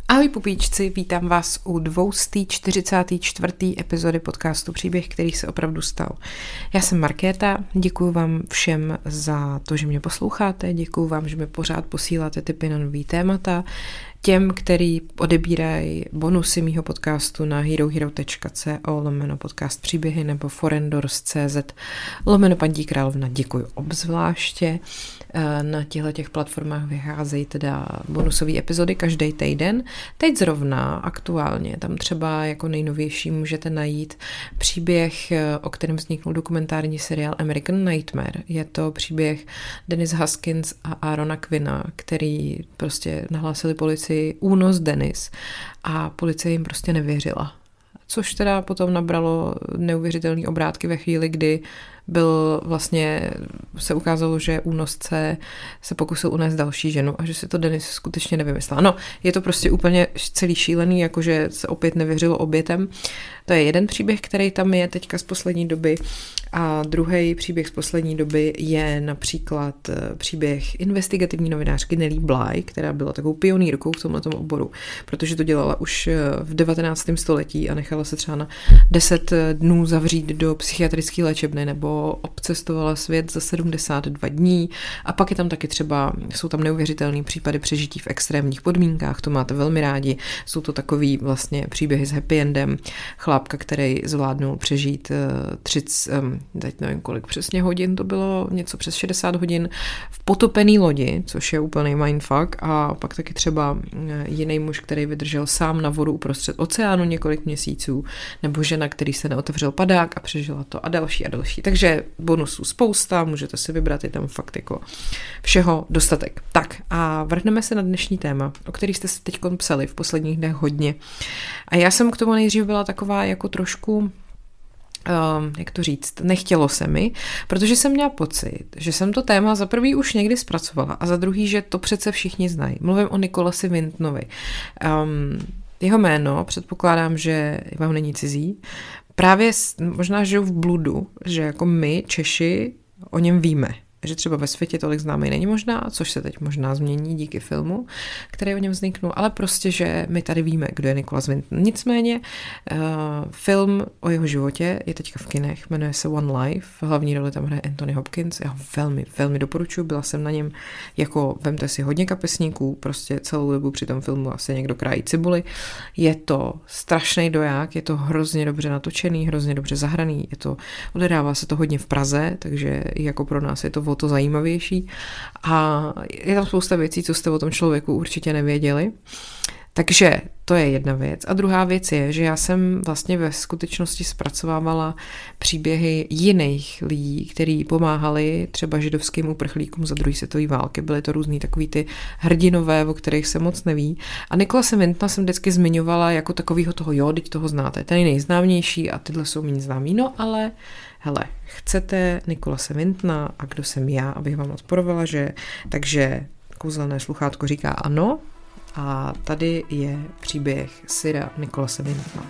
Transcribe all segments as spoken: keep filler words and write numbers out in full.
Ahoj pupíčci, vítám vás u dvouset čtyřicáté čtvrté epizody podcastu Příběh, který se opravdu stal. Já jsem Markéta, děkuju vám všem za to, že mě posloucháte, děkuju vám, že mi pořád posíláte tipy na nový témata. Těm, který odebírají bonusy mýho podcastu na herohero tečka co lomeno podcast příběhy nebo forendors tečka cz lomeno paní královna, děkuju obzvláště. Na těchto těch platformách vycházejí teda bonusové epizody každý týden. Teď zrovna aktuálně tam třeba jako nejnovější můžete najít příběh, o kterém vzniknul dokumentární seriál American Nightmare. Je to příběh Dennis Haskins a Aarona Quinna, který prostě nahlásili policii únos Dennis a policie jim prostě nevěřila. Což teda potom nabralo neuvěřitelné obrátky ve chvíli, kdy byl vlastně, se ukázalo, že únosce se pokusil unést další ženu a že si to Dennis skutečně nevymyslela. No, je to prostě úplně celý šílený, jakože se opět nevěřilo obětem. To je jeden příběh, který tam je teďka z poslední doby a druhý příběh z poslední doby je například příběh investigativní novinářky Nellie Bly, která byla takovou pionýrkou v tomhletom oboru, protože to dělala už v devatenáctém století a nechala se třeba na deset dnů zavřít do psychiatrické léčebny nebo obcestovala svět za sedmdesát dva dní a pak je tam taky třeba, jsou tam neuvěřitelné případy přežití v extrémních podmínkách, to máte velmi rádi, jsou to takový vlastně příběhy s happy endem, chlápka, který zvládnul přežít třicet, teď nevím kolik přesně hodin, to bylo něco přes šedesát hodin v potopený lodi, což je úplný mindfuck a pak taky třeba jiný muž, který vydržel sám na vodu uprostřed oceánu několik měsíců, nebo žena, který se neotevřel padák a přežila to a další a další. Takže bonusů spousta, můžete si vybrat, je tam fakt jako všeho dostatek. Tak a vrhneme se na dnešní téma, o který jste si teď psali v posledních dnech hodně. A já jsem k tomu nejdřív byla taková jako trošku Um, jak to říct, nechtělo se mi, protože jsem měla pocit, že jsem to téma za prvý už někdy zpracovala a za druhý, že to přece všichni znají. Mluvím o Nicolasi Wintonovi. Um, jeho jméno, předpokládám, že vám není cizí, právě možná žiju v bludu, že jako my, Češi, o něm víme. Že třeba ve světě tolik známý není možná, což se teď možná změní díky filmu, který o něm vzniknul, ale prostě, že my tady víme, kdo je Nicolas Winton. Nicméně uh, film o jeho životě je teďka v kinech, jmenuje se One Life, v hlavní roli tam hraje Anthony Hopkins, já ho velmi, velmi doporučuji, byla jsem na něm jako, vemte si hodně kapesníků, prostě celou dobu při tom filmu asi někdo krájí cibuli. Je to strašný doják, je to hrozně dobře natočený, hrozně dobře zahraný, je to, odehrává se to hodně v Praze, takže jako pro nás je to o to zajímavější a je tam spousta věcí, co jste o tom člověku určitě nevěděli. Takže to je jedna věc. A druhá věc je, že já jsem vlastně ve skutečnosti zpracovávala příběhy jiných lidí, kteří pomáhali třeba židovským uprchlíkům za druhé světové války. Byly to různý takový ty hrdinové, o kterých se moc neví. A Nicolase Wintona jsem vždycky zmiňovala jako takovýho toho, jo, teď toho znáte. Ten je nejznámější a tyhle jsou méně známý. No ale hele, chcete Nicolase Wintona a kdo jsem já, abych vám odporovala, že takže kouzelné sluchátko říká ano. A tady je příběh Sira Nicolase Wintona.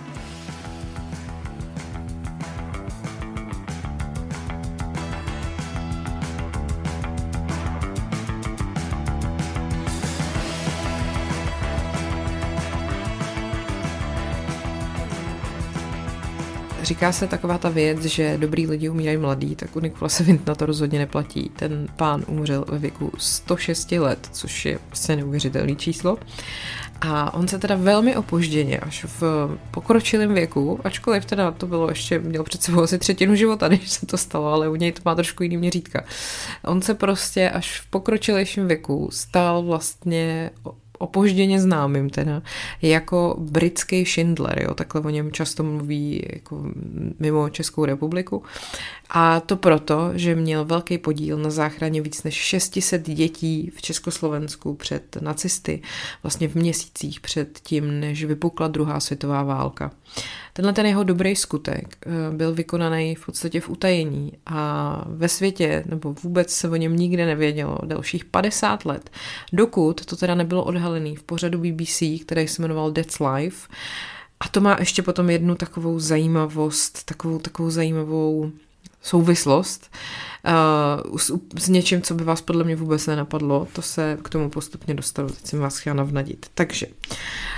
Říká se taková ta věc, že dobrý lidi umírají mladí, tak u Nicolase Wintona to rozhodně neplatí. Ten pán umřel ve věku sto šest let, což je prostě neuvěřitelné číslo. A on se teda velmi opožděně, až v pokročilém věku, ačkoliv teda to bylo ještě, měl před sebou asi třetinu života, než se to stalo, ale u něj to má trošku jiný měřítka. On se prostě až v pokročilejším věku stal vlastně opožděně známým teda, jako britský Schindler, jo, takhle o něm často mluví jako mimo Českou republiku. A to proto, že měl velký podíl na záchraně víc než šest set dětí v Československu před nacisty, vlastně v měsících před tím, než vypukla druhá světová válka. Tenhle ten jeho dobrý skutek byl vykonaný v podstatě v utajení a ve světě, nebo vůbec se o něm nikde nevědělo, dalších padesát let, dokud to teda nebylo odhalený v pořadu B B C, který se jmenoval That's Life. A to má ještě potom jednu takovou zajímavost, takovou, takovou zajímavou souvislost uh, s, s něčím, co by vás podle mě vůbec nenapadlo. To se k tomu postupně dostalo, teď jsem vás chtěla navnadit. Takže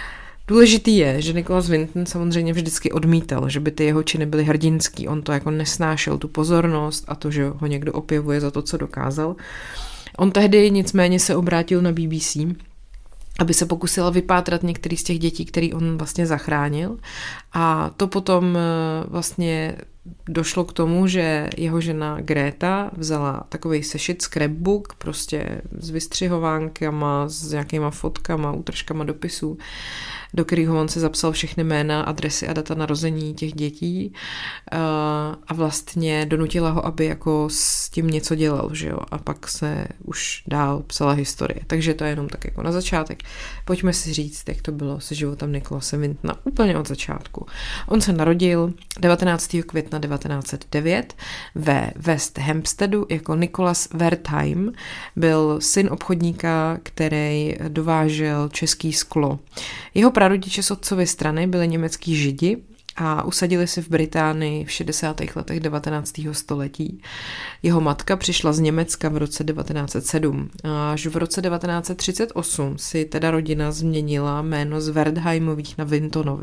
Důležitý je, že Nicholas Winton samozřejmě vždycky odmítal, že by ty jeho činy byly hrdinský. On to jako nesnášel, tu pozornost a to, že ho někdo opěvuje za to, co dokázal. On tehdy nicméně se obrátil na B B C, aby se pokusila vypátrat některý z těch dětí, který on vlastně zachránil. A to potom vlastně došlo k tomu, že jeho žena Greta vzala takovej sešit scrapbook, prostě s vystřihovánkama, s nějakýma fotkama, útržkama dopisů, do kterého on se zapsal všechny jména, adresy a data narození těch dětí a vlastně donutila ho, aby jako s tím něco dělal, že jo, a pak se už dál psala historie. Takže to je jenom tak jako na začátek. Pojďme si říct, jak to bylo se životem Nicholase Wintona úplně od začátku. On se narodil devatenáctého května devatenáct set devět ve West Hampsteadu jako Nicholas Wertheim. Byl syn obchodníka, který dovážel český sklo. Jeho prarodiče z otcovy strany byli německý Židi a usadili si v Británii v šedesátých letech devatenáctého století. Jeho matka přišla z Německa v roce devatenáct set sedm. Až v roce devatenáct set třicet osm si teda rodina změnila jméno z Wertheimových na Wintonovi.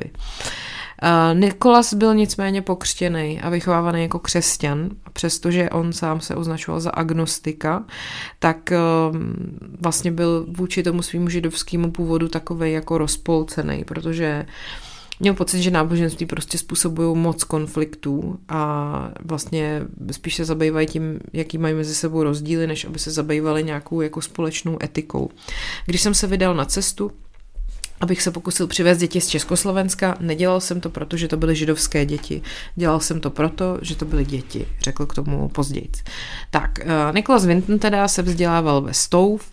Nicholas byl nicméně pokřtěný a vychovávaný jako křesťan, přestože on sám se označoval za agnostika, tak vlastně byl vůči tomu svýmu židovskému původu takovej jako rozpolcený, protože měl pocit, že náboženství prostě způsobují moc konfliktů a vlastně spíš se zabývají tím, jaký mají mezi sebou rozdíly, než aby se zabývali nějakou jako společnou etikou. Když jsem se vydal na cestu, abych se pokusil přivést děti z Československa, nedělal jsem to proto, že to byly židovské děti. Dělal jsem to proto, že to byly děti, řekl k tomu později. Tak, uh, Nicholas Winton teda se vzdělával ve Stowe, uh,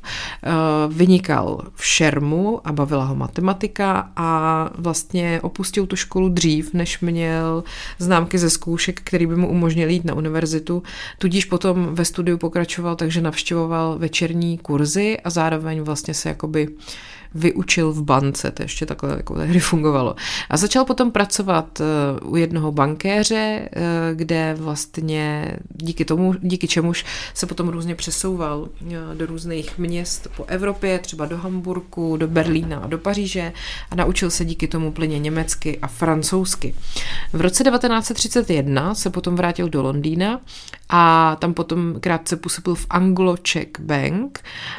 vynikal v šermu a bavila ho matematika a vlastně opustil tu školu dřív, než měl známky ze zkoušek, který by mu umožnil jít na univerzitu. Tudíž potom ve studiu pokračoval, takže navštěvoval večerní kurzy a zároveň vlastně se jakoby vyučil v bance, to ještě takhle jako tehdy fungovalo. A začal potom pracovat u jednoho bankéře, kde vlastně díky tomu, díky čemuž se potom různě přesouval do různých měst po Evropě, třeba do Hamburku, do Berlína a do Paříže a naučil se díky tomu plyně německy a francouzsky. V roce devatenáct set třicet jedna se potom vrátil do Londýna a tam potom krátce působil v Anglo-Czech Bank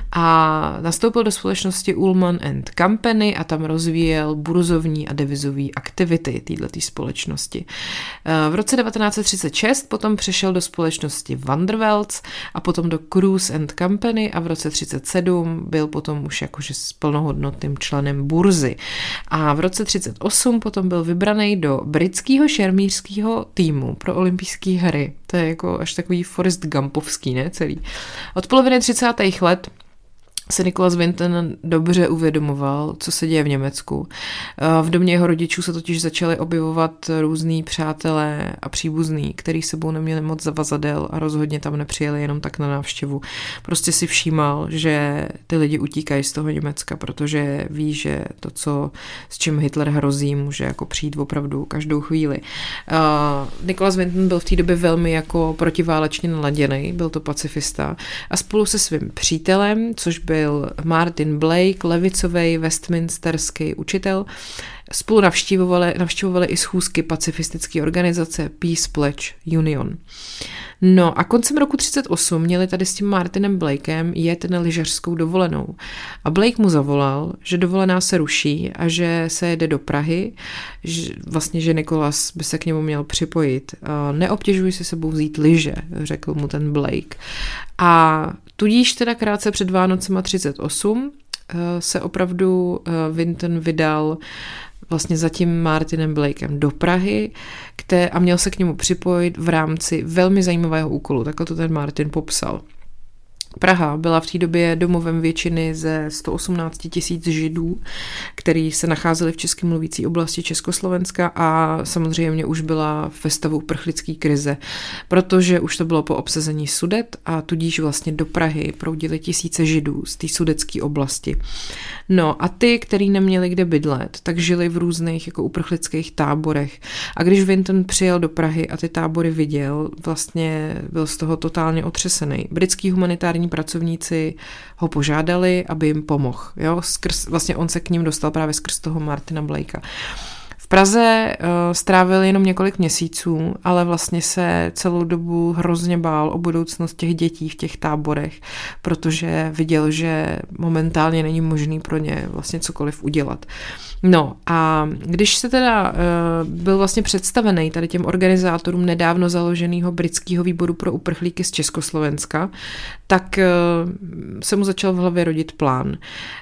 a nastoupil do společnosti Ullman and Company a tam rozvíjel burzovní a devizové aktivity této společnosti. V roce devatenáct set třicet šest potom přešel do společnosti Vandervelds a potom do Cruise and Company a v roce třicet sedm byl potom už jakože s plnohodnotným členem burzy. A v roce třicet osm potom byl vybraný do britského šermířského týmu pro olympijské hry. To je jako až takový Forrest Gumpovský, ne celý. Od poloviny třicátých let se Nicholas Winton dobře uvědomoval, co se děje v Německu. V domě jeho rodičů se totiž začaly objevovat různý přátelé a příbuzní, který sebou neměli moc zavazadel a rozhodně tam nepřijeli jenom tak na návštěvu. Prostě si všímal, že ty lidi utíkají z toho Německa, protože ví, že to, co, s čím Hitler hrozí, může jako přijít opravdu každou chvíli. Uh, Nicholas Winton byl v té době velmi jako protiválečně naladěný, byl to pacifista a spolu se svým přítelem, což byl byl Martin Blake, levicový westminsterský učitel. Spolu navštívovali, navštívovali i schůzky pacifistické organizace Peace Pledge Union. No a koncem roku třicet osm měli tady s tím Martinem Blakem jet na lyžařskou dovolenou. A Blake mu zavolal, že dovolená se ruší a že se jede do Prahy, že vlastně, že Nicholas by se k němu měl připojit. Neobtěžuj si sebou vzít lyže, řekl mu ten Blake. A tudíž teda krátce před Vánocema třicet osm se opravdu Winton vydal vlastně za tím Martinem Blakem do Prahy které, a měl se k němu připojit v rámci velmi zajímavého úkolu. Takhle to ten Martin popsal. Praha byla v té době domovem většiny ze sto osmnáct tisíc Židů, který se nacházeli v česky mluvící oblasti Československa a samozřejmě už byla ve stavu uprchlické krize, protože už to bylo po obsazení Sudet a tudíž vlastně do Prahy proudily tisíce Židů z té sudetské oblasti. No a ty, který neměli kde bydlet, tak žili v různých jako uprchlických táborech. A když Winton přijel do Prahy a ty tábory viděl, vlastně byl z toho totálně otřesený. Britský humanitární sociální pracovníci ho požádali, aby jim pomohl. Jo? Skrz, vlastně on se k ním dostal právě skrz toho Martina Blakea. V Praze uh, strávil jenom několik měsíců, ale vlastně se celou dobu hrozně bál o budoucnost těch dětí v těch táborech, protože viděl, že momentálně není možný pro ně vlastně cokoliv udělat. No a když se teda uh, byl vlastně představený tady těm organizátorům nedávno založeného britského výboru pro uprchlíky z Československa, tak uh, se mu začal v hlavě rodit plán.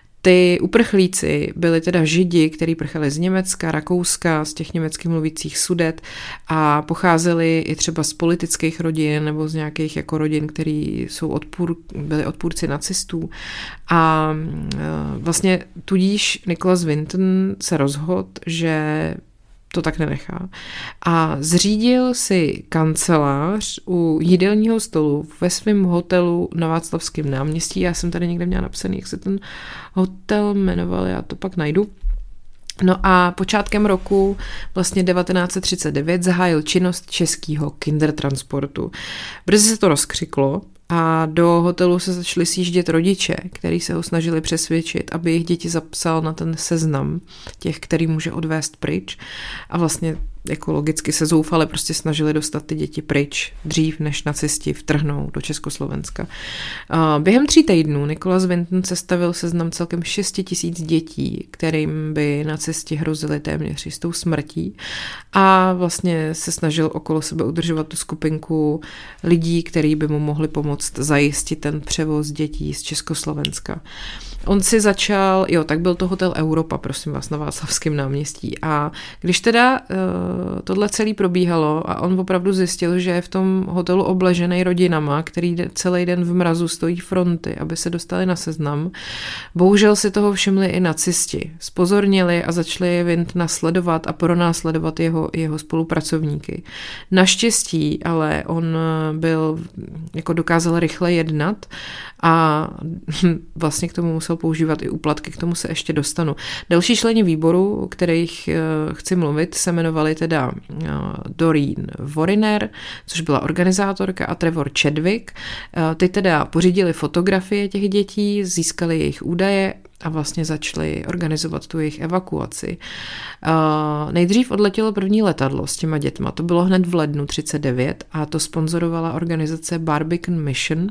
Ty uprchlíci byli teda Židi, kteří prchali z Německa, Rakouska, z těch německy mluvících Sudet a pocházeli i třeba z politických rodin nebo z nějakých jako rodin, který jsou odpůr, byli odpůrci nacistů. A vlastně tudíž Nicholas Winton se rozhodl, že to tak nenechá. A zřídil si kancelář u jídelního stolu ve svém hotelu na Václavském náměstí. Já jsem tady někde měla napsaný, jak se ten hotel jmenoval, já to pak najdu. No a počátkem roku vlastně devatenáct set třicet devět zahájil činnost českého kindertransportu. Brzy se to rozkřiklo a do hotelu se začali sjíždět rodiče, kteří se ho snažili přesvědčit, aby jejich děti zapsal na ten seznam těch, který může odvést pryč. A vlastně jako logicky se zoufale prostě snažili dostat ty děti pryč dřív, než nacisti vtrhnou do Československa. Během tří týdnů Nicholas Winton sestavil seznam celkem šest tisíc dětí, kterým by nacisti hrozili téměř jistou smrtí a vlastně se snažil okolo sebe udržovat tu skupinku lidí, který by mu mohli pomoct zajistit ten převoz dětí z Československa. On si začal, jo, tak byl to hotel Europa, prosím vás, na Václavském náměstí. A když teda uh, tohle celý probíhalo a on opravdu zjistil, že je v tom hotelu obležený rodinama, který celý den v mrazu stojí fronty, aby se dostali na seznam, bohužel si toho všimli i nacisti. Spozornili a začali Wintona sledovat a pronásledovat jeho, jeho spolupracovníky. Naštěstí, ale on byl, jako dokázal rychle jednat a vlastně k tomu musel používat i úplatky, k tomu se ještě dostanu. Další členi výboru, o kterých chci mluvit, se jmenovali teda Doreen Wariner, což byla organizátorka, a Trevor Chadwick. Ty teda pořídili fotografie těch dětí, získali jejich údaje a vlastně začali organizovat tu jejich evakuaci. Uh, nejdřív odletělo první letadlo s těma dětma, to bylo hned v lednu třicet devět a to sponzorovala organizace Barbican Mission,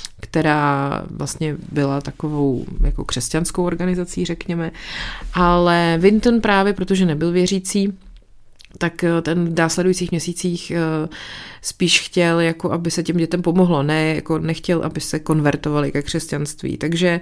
která vlastně byla takovou jako křesťanskou organizací, řekněme, ale Winton právě, protože nebyl věřící, tak ten v následujících měsících spíš chtěl, jako aby se těm dětem pomohlo, ne, jako nechtěl, aby se konvertovali ke křesťanství. Takže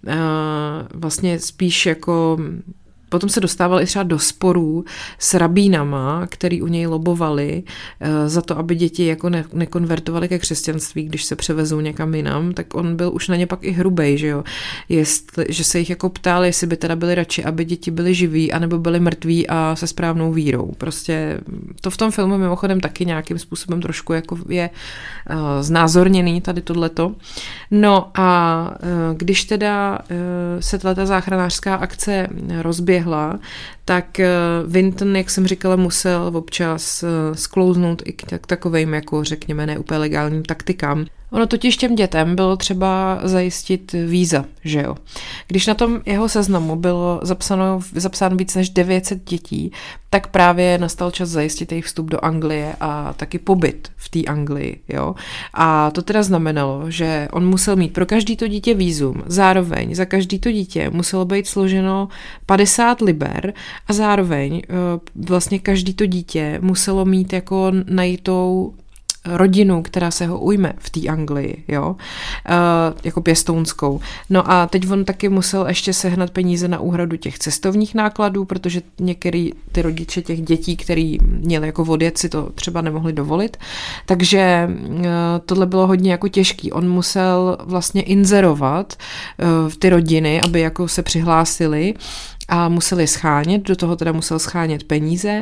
vlastně spíš jako potom se dostával i třeba do sporů s rabínama, který u něj lobovali za to, aby děti jako ne- nekonvertovaly ke křesťanství, když se převezou někam jinam, tak on byl už na ně pak i hrubej, že jo. Jestli, že se jich jako ptal, jestli by teda byli radši, aby děti byly živí, anebo byly mrtví a se správnou vírou. Prostě to v tom filmu mimochodem taky nějakým způsobem trošku jako je uh, znázorněný tady tohleto. No a uh, když teda uh, se tato záchranářská akce rozběhla, tak Winton, jak jsem říkala, musel občas sklouznout i k takovým, jako řekněme, ne úplně legálním taktikám. Ono totiž těm dětem bylo třeba zajistit víza, že jo. Když na tom jeho seznamu bylo zapsáno, zapsáno víc než devět set dětí, tak právě nastal čas zajistit jejich vstup do Anglie a taky pobyt v té Anglii, jo. A to teda znamenalo, že on musel mít pro každý to dítě vízum, zároveň za každý to dítě muselo být složeno padesát liber a zároveň vlastně každý to dítě muselo mít jako najitou rodinu, která se ho ujme v té Anglii, jo, uh, jako pěstounskou. No a teď on taky musel ještě sehnat peníze na úhradu těch cestovních nákladů, protože některý ty rodiče těch dětí, který měli jako odjet, si to třeba nemohli dovolit. Takže uh, tohle bylo hodně jako těžký. On musel vlastně inzerovat uh, v ty rodiny, aby jako se přihlásili a museli schánět, do toho teda musel schánět peníze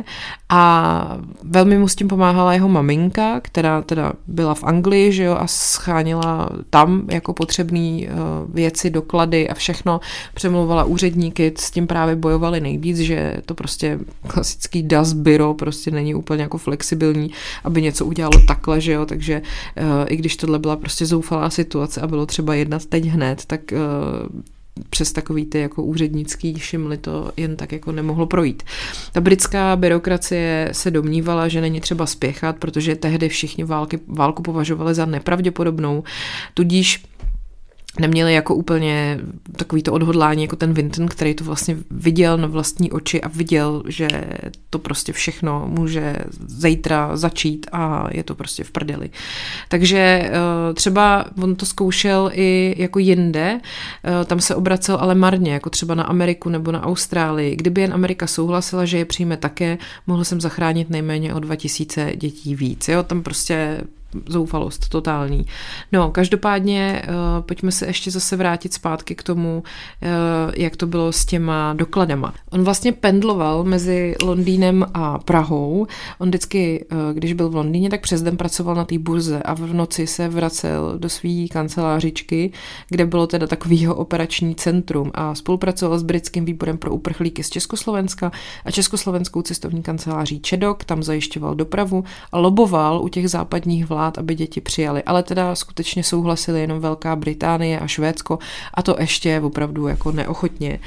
a velmi mu s tím pomáhala jeho maminka, která teda byla v Anglii, že jo, a scháněla tam jako potřebné věci, doklady a všechno, přemlouvala úředníky, s tím právě bojovali nejvíc, že to prostě klasický das Bureau prostě není úplně jako flexibilní, aby něco udělalo takhle, že jo, takže i když tohle byla prostě zoufalá situace a bylo třeba jednat teď hned, tak přes takový ty jako úřednický šimly to jen tak jako nemohlo projít. Ta britská byrokracie se domnívala, že není třeba spěchat, protože tehdy všichni války, válku považovali za nepravděpodobnou, tudíž neměli jako úplně takový to odhodlání jako ten Vinton, který to vlastně viděl na vlastní oči a viděl, že to prostě všechno může zítra začít a je to prostě v prdeli. Takže třeba on to zkoušel i jako jinde, tam se obracel ale marně, jako třeba na Ameriku nebo na Austrálii. Kdyby jen Amerika souhlasila, že je přijme také, mohl jsem zachránit nejméně o dva tisíce dětí víc. Jo? Tam prostě zoufalost totální. No, každopádně uh, pojďme se ještě zase vrátit zpátky k tomu, uh, jak to bylo s těma dokladama. On vlastně pendloval mezi Londýnem a Prahou. On vždycky, uh, když byl v Londýně, tak přes den pracoval na té burze a v noci se vracel do své kancelářičky, kde bylo teda takovýho operační centrum a spolupracoval s britským výborem pro uprchlíky z Československa a československou cestovní kanceláří ČEDOK, tam zajišťoval dopravu a loboval u těch západních vlád, aby děti přijali, ale teda skutečně souhlasili jenom Velká Británie a Švédsko a to ještě opravdu jako neochotně.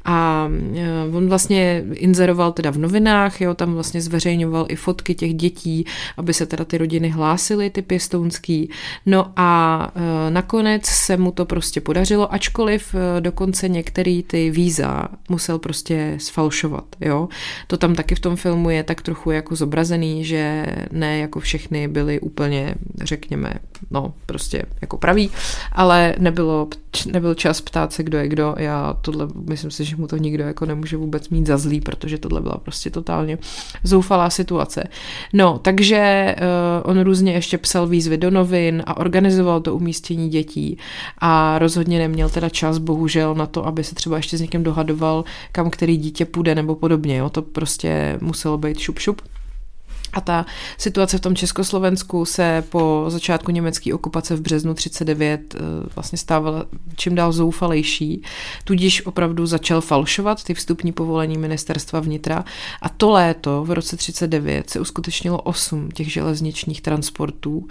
A on vlastně inzeroval teda v novinách, jo, tam vlastně zveřejňoval i fotky těch dětí, aby se teda ty rodiny hlásily, ty pěstounský. No a nakonec se mu to prostě podařilo, ačkoliv dokonce některý ty víza musel prostě sfalšovat, jo. To tam taky v tom filmu je tak trochu jako zobrazený, že ne jako všechny byly úplně, řekněme, no prostě jako pravý, ale nebylo, nebyl čas ptát se, kdo je kdo. Já tohle, myslím si, že mu to nikdo jako nemůže vůbec mít za zlý, protože tohle byla prostě totálně zoufalá situace. No, takže uh, on různě ještě psal výzvy do novin a organizoval to umístění dětí a rozhodně neměl teda čas, bohužel, na to, aby se třeba ještě s někým dohadoval, kam který dítě půjde nebo podobně. Jo? To prostě muselo být šup šup. A ta situace v tom Československu se po začátku německé okupace v březnu třicet devět vlastně stávala čím dál zoufalejší, tudíž opravdu začal falšovat ty vstupní povolení ministerstva vnitra a to léto v roce třicet devět se uskutečnilo osm těch železničních transportů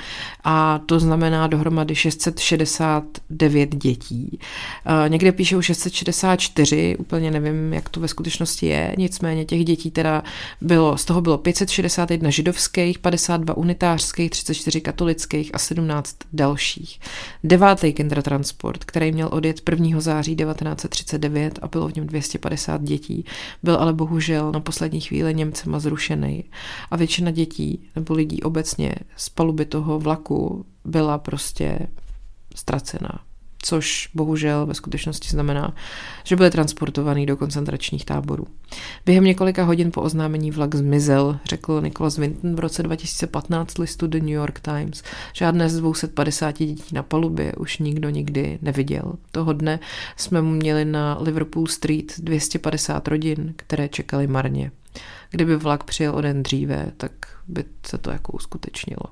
a to znamená dohromady šest set šedesát devět dětí. Někde píšou šest set šedesát čtyři, úplně nevím, jak to ve skutečnosti je, nicméně těch dětí teda bylo, z toho bylo pět set šedesát jedna židovských, padesát dva unitářských, třicet čtyři katolických a sedmnáct dalších. Devátý kindertransport, který měl odjet prvního září devatenáct set třicet devět a bylo v něm dvě stě padesát dětí, byl ale bohužel na poslední chvíli Němcema zrušený. A většina dětí nebo lidí obecně z paluby toho vlaku byla prostě ztracená. Což bohužel ve skutečnosti znamená, že byly transportovaný do koncentračních táborů. Během několika hodin po oznámení vlak zmizel, řekl Nicholas Vinton v roce dva tisíce patnáct listu The New York Times. Žádné z dvě stě padesát dětí na palubě už nikdo nikdy neviděl. Toho dne jsme mu měli na Liverpool Street dvě stě padesát rodin, které čekaly marně. Kdyby vlak přijel o den dříve, tak by se to jako uskutečnilo.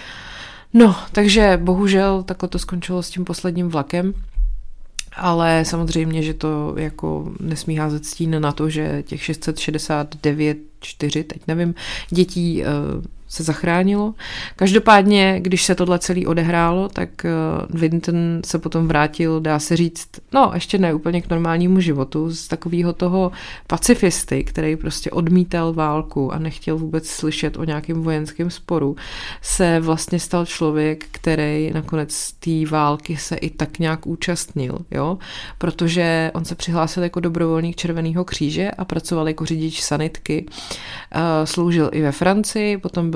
No, takže bohužel takhle to skončilo s tím posledním vlakem, ale samozřejmě, že to jako nesmí házet stín na to, že těch šest set šedesát devět, čtyři, teď nevím, dětí se zachránilo. Každopádně, když se tohle celé odehrálo, tak Vinton se potom vrátil, dá se říct, no ještě ne úplně k normálnímu životu, z takového toho pacifisty, který prostě odmítal válku a nechtěl vůbec slyšet o nějakém vojenském sporu, se vlastně stal člověk, který nakonec té války se i tak nějak účastnil, jo, protože on se přihlásil jako dobrovolník Červeného kříže a pracoval jako řidič sanitky. Sloužil i ve Francii, potom byl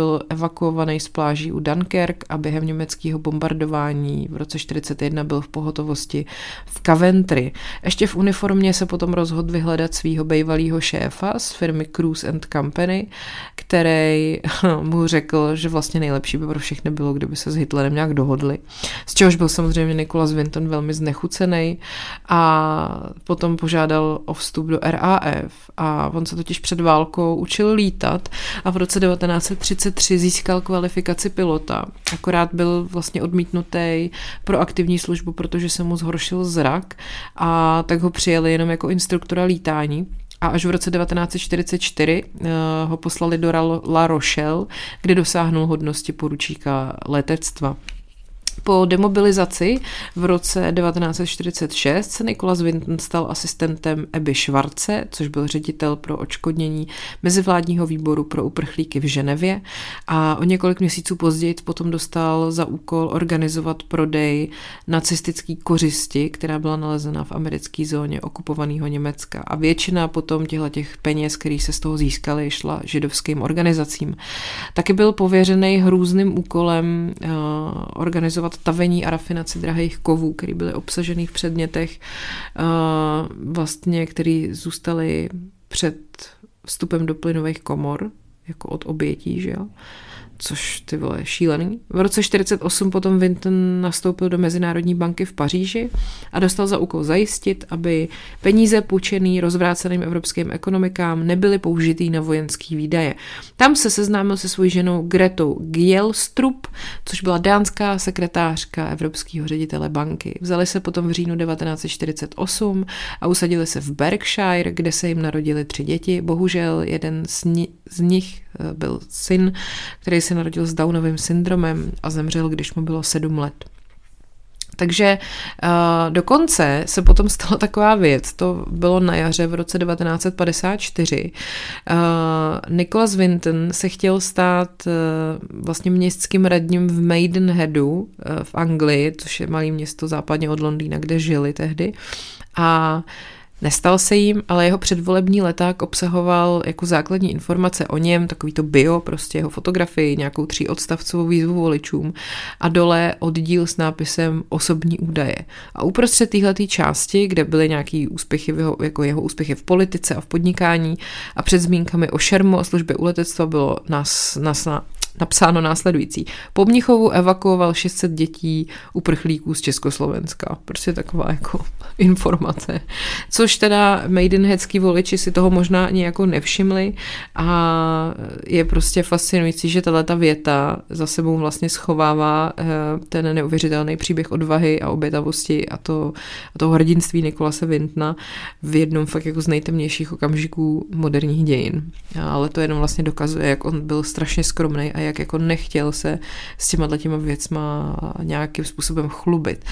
byl evakuovaný z pláží u Dunkirk a během německého bombardování v roce čtyřicet jedna byl v pohotovosti v Coventry. Ještě v uniformě se potom rozhodl vyhledat svého bývalého šéfa z firmy Cruise and Company, který mu řekl, že vlastně nejlepší by pro všechny bylo, kdyby se s Hitlerem nějak dohodli. Z čehož byl samozřejmě Nicholas Winton velmi znechucený a potom požádal o vstup do R A F a on se totiž před válkou učil lítat a v roce devatenáct set třicet tři získal kvalifikaci pilota. Akorát byl vlastně odmítnutý pro aktivní službu, protože se mu zhoršil zrak a tak ho přijeli jenom jako instruktora lítání. A až v roce devatenáct set čtyřicet čtyři uh, ho poslali do La Rochelle, kde dosáhnul hodnosti poručíka letectva. Po demobilizaci v roce devatenáct set čtyřicet šest se Nicholas Winton stal asistentem Abby Schwarze, což byl ředitel pro odškodnění Mezivládního výboru pro uprchlíky v Ženevě a o několik měsíců později potom dostal za úkol organizovat prodej nacistický kořisti, která byla nalezena v americké zóně okupovaného Německa a většina potom těch peněz, který se z toho získaly, šla židovským organizacím. Taky byl pověřený hrůzným úkolem uh, organizovat tavení a rafinaci drahých kovů, které byly obsažený v předmětech, vlastně, které zůstaly před vstupem do plynových komor, jako od obětí, že jo? Což ty vole je šílený. V roce čtyřicet osm potom Winton nastoupil do Mezinárodní banky v Paříži a dostal za úkol zajistit, aby peníze půjčený rozvráceným evropským ekonomikám nebyly použitý na vojenský výdaje. Tam se seznámil se svojí ženou Gretou Gjelstrup, což byla dánská sekretářka evropského ředitele banky. Vzali se potom v říjnu devatenáct set čtyřicet osm a usadili se v Berkshire, kde se jim narodili tři děti. Bohužel jeden z, ni- z nich byl syn, který se narodil s Downovým syndromem a zemřel, když mu bylo sedm let. Takže uh, dokonce se potom stala taková věc, to bylo na jaře v roce devatenáct set padesát čtyři. Uh, Nicholas Winton se chtěl stát uh, vlastně městským radním v Maidenheadu uh, v Anglii, což je malé město západně od Londýna, kde žili tehdy. A nestal se jim, ale jeho předvolební leták obsahoval jako základní informace o něm, takový to bio, prostě jeho fotografii, nějakou tříodstavcovou výzvu voličům a dole oddíl s nápisem osobní údaje. A uprostřed téhleté části, kde byly nějaký úspěchy, jeho, jako jeho úspěchy v politice a v podnikání a před zmínkami o šermu a službě u letectva bylo nás, nás na napsáno následující. Po Mnichovu evakuoval šest set dětí uprchlíků z Československa. Prostě taková jako informace. Což teda maidenheadský voliči si toho možná ani jako nevšimli a je prostě fascinující, že tato věta za sebou vlastně schovává ten neuvěřitelný příběh odvahy a obětavosti a, to, a toho hrdinství Nicholase Wintona v jednom fakt jako z nejtemnějších okamžiků moderních dějin. Ale to jenom vlastně dokazuje, jak on byl strašně skromný a jak jako nechtěl se s těma těma věcma nějakým způsobem chlubit.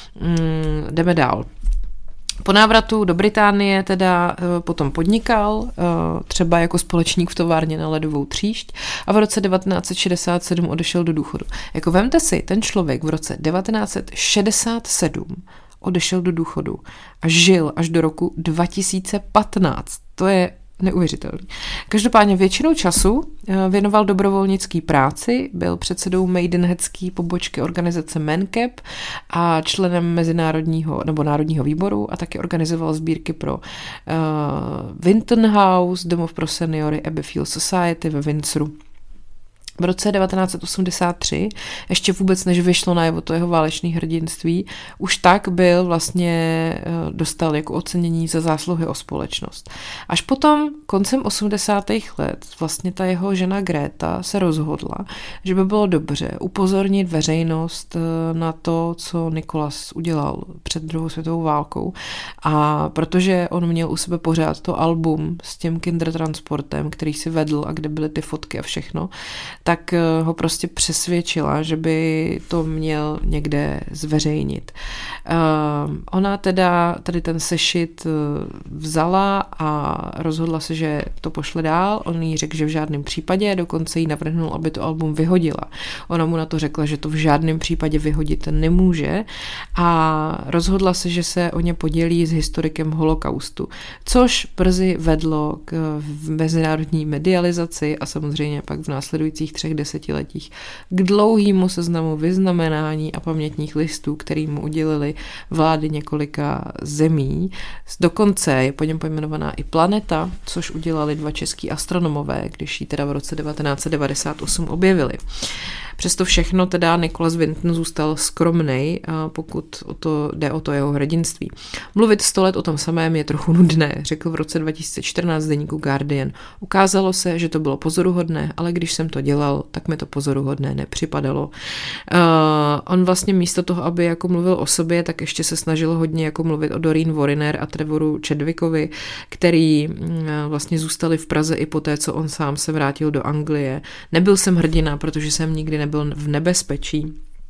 Mm, jdeme dál. Po návratu do Británie teda potom podnikal, třeba jako společník v továrně na ledovou tříšť a v roce devatenáct set šedesát sedm odešel do důchodu. Jako vemte si, ten člověk v roce devatenáct set šedesát sedm odešel do důchodu a žil až do roku dva tisíce patnáct. To je neuvěřitelný. Každopádně většinou času věnoval dobrovolnický práci, byl předsedou maidenheadské pobočky organizace ManCap a členem mezinárodního nebo národního výboru a taky organizoval sbírky pro uh, Winton House, domov pro seniory Abbeyfield Society ve Windsoru. V roce devatenáct set osmdesát tři, ještě vůbec než vyšlo najevo to jeho válečné hrdinství, už tak byl vlastně, dostal jako ocenění za zásluhy o společnost. Až potom koncem osmdesátých let vlastně ta jeho žena Greta se rozhodla, že by bylo dobře upozornit veřejnost na to, co Nicholas udělal před druhou světovou válkou. A protože on měl u sebe pořád to album s tím Kindertransportem, který si vedl a kde byly ty fotky a všechno, tak ho prostě přesvědčila, že by to měl někde zveřejnit. Uh, ona teda tady ten sešit vzala a rozhodla se, že to pošle dál. On jí řekl, že v žádném případě, dokonce jí navrhnul, aby to album vyhodila. Ona mu na to řekla, že to v žádném případě vyhodit nemůže a rozhodla se, že se o ně podělí s historikem holokaustu, což brzy vedlo k mezinárodní medializaci a samozřejmě pak v následujících třech desetiletích k dlouhému seznamu vyznamenání a pamětních listů, který mu udělili vlády několika zemí. Dokonce je po něm pojmenovaná i planeta, což udělali dva český astronomové, když ji teda v roce devatenáct set devadesát osm objevili. Přesto všechno teda Nicholas Winton zůstal skromnej, pokud o to jde o to jeho hrdinství. Mluvit sto let o tom samém je trochu nudné, řekl v roce dva tisíce čtrnáct deníku Guardian. Ukázalo se, že to bylo pozoruhodné, ale když jsem to dělal, tak mi to pozoruhodné nepřipadalo. Uh, on vlastně místo toho, aby jako mluvil o sobě, tak ještě se snažil hodně jako mluvit o Doreen Warriner a Trevoru Chadwickovi, který uh, vlastně zůstali v Praze i poté, co on sám se vrátil do Anglie. Nebyl jsem hrdina, protože jsem nikdy nebyl v nebezpečí.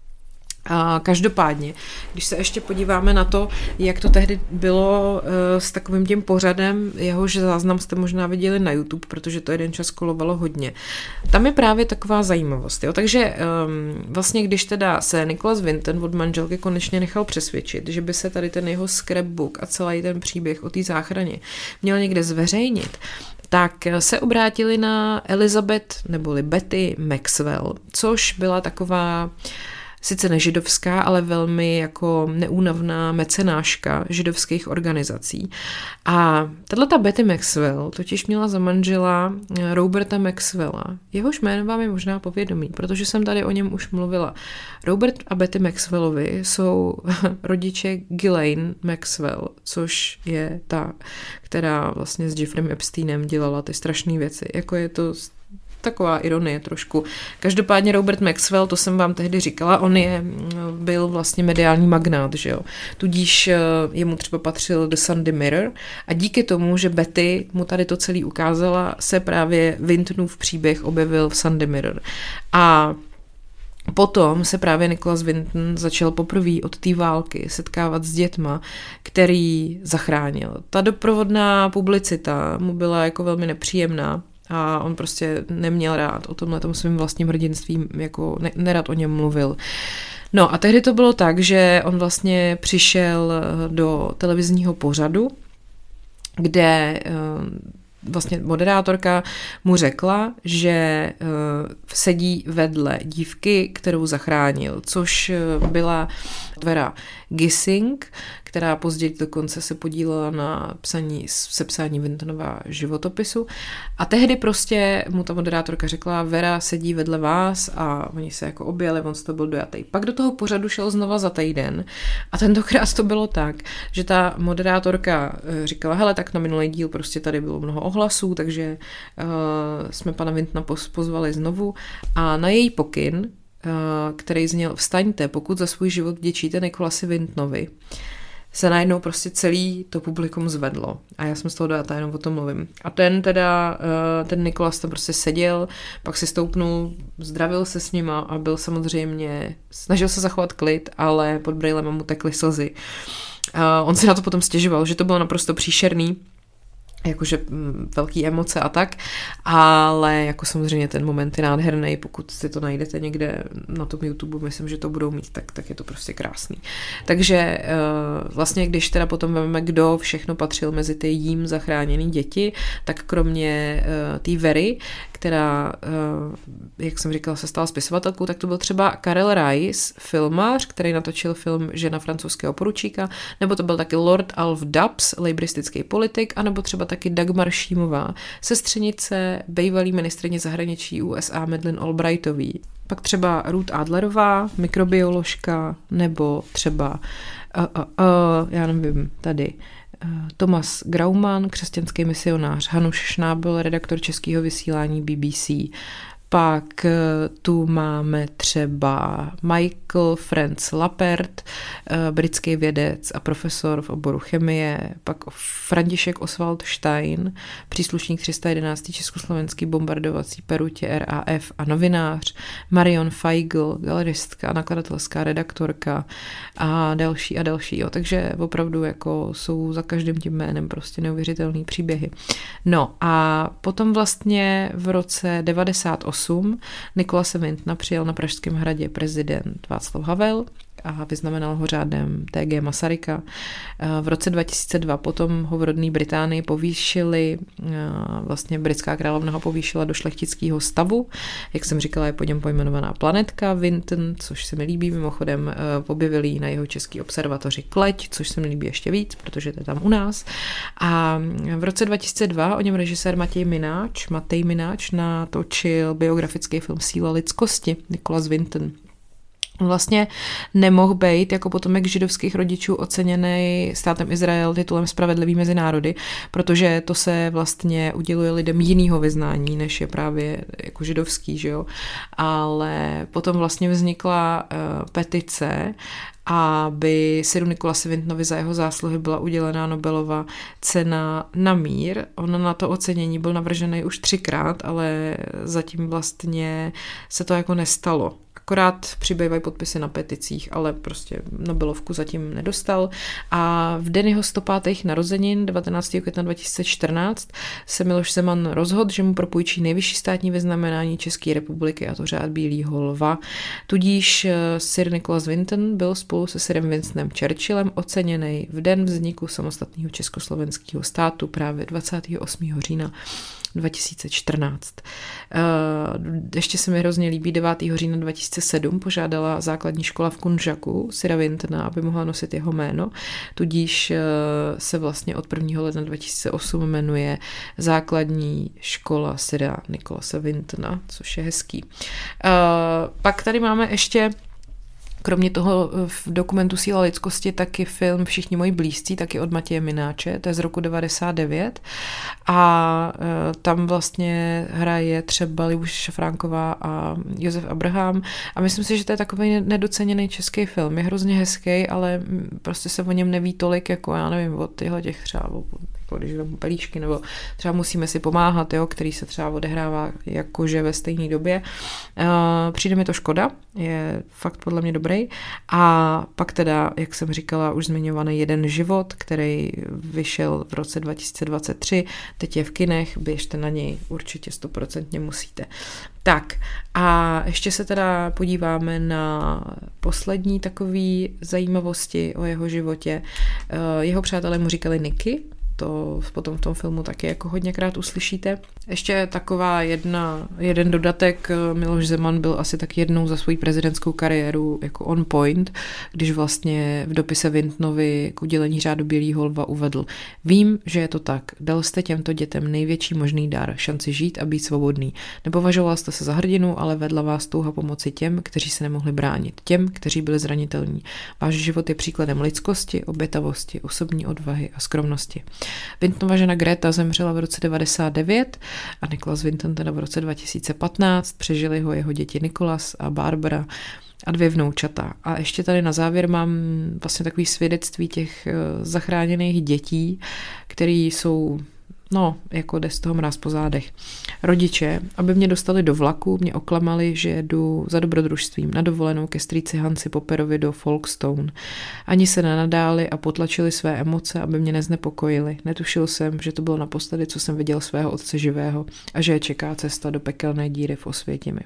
A každopádně, když se ještě podíváme na to, jak to tehdy bylo uh, s takovým tím pořadem, jehož záznam jste možná viděli na YouTube, protože to jeden čas kolovalo hodně. Tam je právě taková zajímavost. Jo? Takže um, vlastně, když teda se Nicholas Winton od manželky konečně nechal přesvědčit, že by se tady ten jeho scrapbook a celý ten příběh o té záchraně měl někde zveřejnit, tak se obrátili na Elizabeth neboli Betty Maxwell, což byla taková sice nežidovská, ale velmi jako neúnavná mecenáška židovských organizací. A tato Betty Maxwell totiž měla za manžela Roberta Maxwella. Jehož jméno vám je možná povědomí, protože jsem tady o něm už mluvila. Robert a Betty Maxwellovi jsou rodiče Ghislaine Maxwell, což je ta, která vlastně s Jeffreyem Epsteinem dělala ty strašné věci. Jako je to taková ironie trošku. Každopádně Robert Maxwell, to jsem vám tehdy říkala, on je, byl vlastně mediální magnát, že jo. Tudíž jemu třeba patřil The Sunday Mirror a díky tomu, že Betty mu tady to celý ukázala, se právě Wintonův příběh objevil v Sunday Mirror. A potom se právě Nicholas Winton začal poprvé od té války setkávat s dětma, který zachránil. Ta doprovodná publicita mu byla jako velmi nepříjemná, a on prostě neměl rád o tomhletom svým vlastním hrdinstvím, jako ne, nerad o něm mluvil. No a tehdy to bylo tak, že on vlastně přišel do televizního pořadu, kde vlastně moderátorka mu řekla, že sedí vedle dívky, kterou zachránil, což byla Vera Gissing, která později dokonce se podílela na psaní, sepsání Wintonova životopisu. A tehdy prostě mu ta moderátorka řekla, Vera sedí vedle vás a oni se jako objeli, on z toho byl dojatý. Pak do toho pořadu šel znova za týden a tentokrát to bylo tak, že ta moderátorka říkala, hele, tak na minulý díl prostě tady bylo mnoho ohlasů, takže uh, jsme pana Wintona pozvali znovu a na její pokyn, který zněl vstaňte, pokud za svůj život vděčíte Nicholasi Wintonovi, se najednou prostě celý to publikum zvedlo. A já jsem z toho dojata, jenom o tom mluvím. A ten teda, ten Nicholas tam prostě seděl, pak si stoupnul, zdravil se s nima a byl samozřejmě, snažil se zachovat klid, ale pod brýlem mu tekly slzy. A on si na to potom stěžoval, že to bylo naprosto příšerný, jakože velký emoce a tak, ale jako samozřejmě ten moment je nádherný, pokud si to najdete někde na tom YouTube, myslím, že to budou mít, tak, tak je to prostě krásný. Takže vlastně, když teda potom veme, kdo všechno patřil mezi ty jím zachráněný děti, tak kromě té Very, která, jak jsem říkala, se stala spisovatelkou, tak to byl třeba Karel Rice, filmář, který natočil film Žena francouzského poručíka, nebo to byl taky Lord Alf Dubs, lejbristický politik, anebo třeba taky Dagmar Šímová, sestřenice bývalý ministryně zahraničí U S A Madeleine Albrightový. Pak třeba Ruth Adlerová, mikrobioložka, nebo třeba, uh, uh, uh, já nevím, tady Thomas Grauman, křesťanský misionář, Hanuš Šnábel, redaktor českého vysílání B B C. Pak tu máme třeba Michael Franz Lappert, britský vědec a profesor v oboru chemie, pak František Oswald Stein, příslušník tři sta jedenáct československý bombardovací perutě R A F a novinář, Marion Feigl, galeristka, nakladatelská redaktorka a další a další. Jo. Takže opravdu jako jsou za každým tím jménem prostě neuvěřitelný příběhy. No a potom vlastně v roce devadesát osm Nicholase Wintona přijel na Pražském hradě prezident Václav Havel a vyznamenal ho řádem T G Masaryka. V roce dva tisíce dva potom ho v rodné Británii povýšili, vlastně britská královna ho povýšila do šlechtického stavu. Jak jsem říkala, je po něm pojmenovaná planetka Winton, což se mi líbí. Mimochodem objevili ji na jeho český observatoři Kleť, což se mi líbí ještě víc, protože to je tam u nás. A v roce dva tisíce dva o něm režisér Matěj Mináč, Matej Mináč natočil biografický film Síla lidskosti, Nicholas Winton. On vlastně nemohl být jako potomek židovských rodičů oceněný státem Izrael titulem Spravedlivý mezi národy, protože to se vlastně uděluje lidem jinýho vyznání, než je právě jako židovský, že jo. Ale potom vlastně vznikla uh, petice, aby Siru Nicholasi Wintonovi za jeho zásluhy byla udělená Nobelova cena na mír. On na to ocenění byl navržený už třikrát, ale zatím vlastně se to jako nestalo. Akorát přibývají podpisy na peticích, ale prostě Nobelovku zatím nedostal. A v den jeho sto pátých narozenin, devatenáctého května dva tisíce čtrnáct, se Miloš Zeman rozhodl, že mu propůjčí nejvyšší státní vyznamenání České republiky, a to řád Bílýho lva. Tudíž Sir Nicholas Winton byl spolu se Sirem Winstonem Churchillem oceněný v den vzniku samostatného československého státu právě dvacátého osmého října dva tisíce čtrnáct. Ještě se mi hrozně líbí, devátého října dva tisíce sedm požádala základní škola v Kunžaku Sira Wintona, aby mohla nosit jeho jméno, tudíž se vlastně od prvního ledna dva tisíce osm jmenuje základní škola Sira Nicholase Wintona, což je hezký. Pak tady máme ještě kromě toho v dokumentu Síla lidskosti taky film Všichni moji blízcí, taky od Matěje Mináče, to je z roku devadesát devět a e, tam vlastně hraje třeba Libuše Šafránková a Josef Abraham a myslím si, že to je takový nedoceněný český film, je hrozně hezký, ale prostě se o něm neví tolik, jako já nevím, od těchto těch třeba jako když jdou pelíšky, nebo třeba Musíme si pomáhat, jo, který se třeba odehrává jakože ve stejné době. Uh, přijde mi to škoda, je fakt podle mě dobrý. A pak teda, jak jsem říkala, už zmiňovaný Jeden život, který vyšel v roce dva tisíce dvacet tři, teď je v kinech, běžte na něj, určitě stoprocentně musíte. Tak a ještě se teda podíváme na poslední takové zajímavosti o jeho životě. Uh, jeho přátelé mu říkali Nicky, to potom v tom filmu taky jako hodněkrát uslyšíte. Ještě taková jedna, jeden dodatek, Miloš Zeman byl asi tak jednou za svou prezidentskou kariéru jako on point, když vlastně v dopise Wintonovi k udělení řádu Bílýho lva uvedl: Vím, že je to tak, dal jste těmto dětem největší možný dar, šanci žít a být svobodný. Nepovažoval jste se za hrdinu, ale vedla vás touha pomoci těm, kteří se nemohli bránit, těm, kteří byli zranitelní. Váš život je příkladem lidskosti, obětavosti, osobní odvahy a skromnosti. Wintonova žena Greta zemřela v roce devadesát devět a Nicholas Winton teda v roce dva tisíce patnáct, přežili ho jeho děti Nicholas a Barbara a dvě vnoučata. A ještě tady na závěr mám vlastně takový svědectví těch zachráněných dětí, který jsou, no, jako jde z toho mráz po zádech. Rodiče, aby mě dostali do vlaku, mě oklamali, že jedu za dobrodružstvím na dovolenou ke strýci Hansi Popperovi do Folkestone. Ani se nenadáli a potlačili své emoce, aby mě neznepokojili. Netušil jsem, že to bylo naposledy, co jsem viděl svého otce živého a že je čeká cesta do pekelné díry v Osvětimi.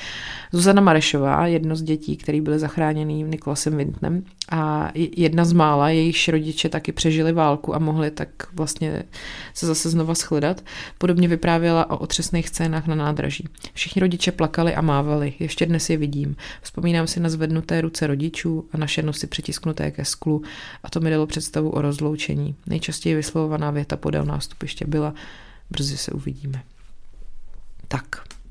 Zuzana Marešová, jedno z dětí, který byly zachráněný Nicholasem Wintonem a jedna z mála, jejichž rodiče taky přežili válku a mohli tak vlastně se zase znova shledat, podobně vyprávěla o otřesných scénách na nádraží. Všichni rodiče plakali a mávali, ještě dnes je vidím. Vzpomínám si na zvednuté ruce rodičů a naše nosy přitisknuté ke sklu a to mi dalo představu o rozloučení. Nejčastěji vyslovovaná věta podél nástupiště byla: brzy se uvidíme. Tak.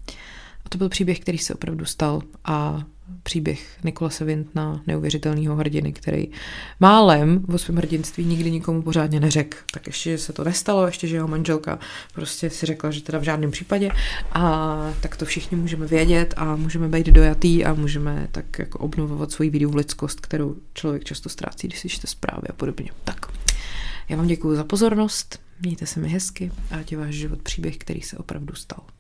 To byl příběh, který se opravdu stal a příběh Nicholase Wintona, neuvěřitelného hrdiny, který málem o svém hrdinství nikdy nikomu pořádně neřekl. Tak ještě, že se to nestalo, ještě, že jeho manželka prostě si řekla, že teda v žádném případě a tak to všichni můžeme vědět a můžeme být dojatý a můžeme tak jako obnovovat svoji víru v lidskost, kterou člověk často ztrácí, když si čte zprávy a podobně. Tak, já vám děkuju za pozornost, mějte se mi hezky a ať je váš život příběh, který se opravdu stal.